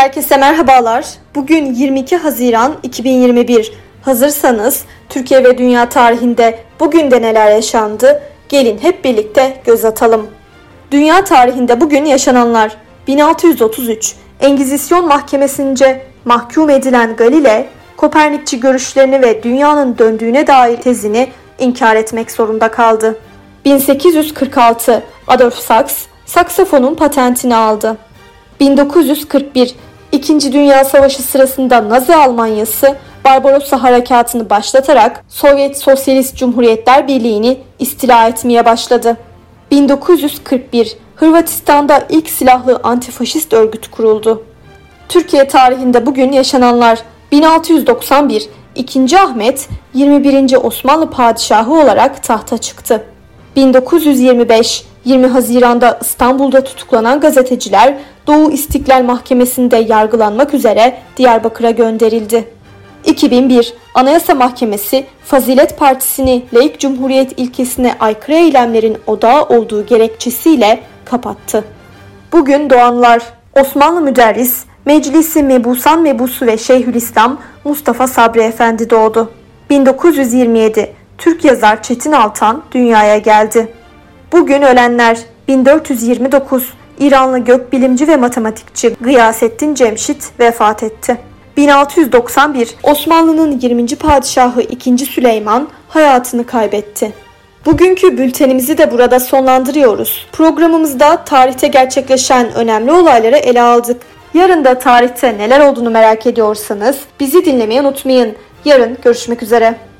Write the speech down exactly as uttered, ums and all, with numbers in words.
Herkese merhabalar. Bugün yirmi iki Haziran iki bin yirmi bir. Hazırsanız Türkiye ve dünya tarihinde bugün de neler yaşandı? Gelin hep birlikte göz atalım. Dünya tarihinde bugün yaşananlar: bin altı yüz otuz üç Engizisyon Mahkemesince mahkum edilen Galile, Kopernikçi görüşlerini ve dünyanın döndüğüne dair tezini inkar etmek zorunda kaldı. bin sekiz yüz kırk altı Adolf Sachs, saksafonun patentini aldı. bin dokuz yüz kırk bir İkinci Dünya Savaşı sırasında Nazi Almanyası Barbarossa Harekatı'nı başlatarak Sovyet Sosyalist Cumhuriyetler Birliği'ni istila etmeye başladı. bin dokuz yüz kırk bir Hırvatistan'da ilk silahlı antifaşist örgüt kuruldu. Türkiye tarihinde bugün yaşananlar: bin altı yüz doksan bir İkinci Ahmet yirmi birinci Osmanlı padişahı olarak tahta çıktı. bin dokuz yüz yirmi beş yirmi Haziran'da İstanbul'da tutuklanan gazeteciler Doğu İstiklal Mahkemesi'nde yargılanmak üzere Diyarbakır'a gönderildi. iki bin bir Anayasa Mahkemesi Fazilet Partisi'ni laik cumhuriyet ilkesine aykırı eylemlerin odağı olduğu gerekçesiyle kapattı. Bugün doğanlar: Osmanlı müderris, Meclisi Mebusan Mebusu ve Şeyhülislam Mustafa Sabri Efendi doğdu. bin dokuz yüz yirmi yedi Türk yazar Çetin Altan dünyaya geldi. Bugün ölenler: bin dört yüz yirmi dokuz İranlı gökbilimci ve matematikçi Gıyasettin Cemşit vefat etti. bin altı yüz doksan bir Osmanlı'nın yirminci padişahı ikinci Süleyman hayatını kaybetti. Bugünkü bültenimizi de burada sonlandırıyoruz. Programımızda tarihte gerçekleşen önemli olayları ele aldık. Yarın da tarihte neler olduğunu merak ediyorsanız bizi dinlemeyi unutmayın. Yarın görüşmek üzere.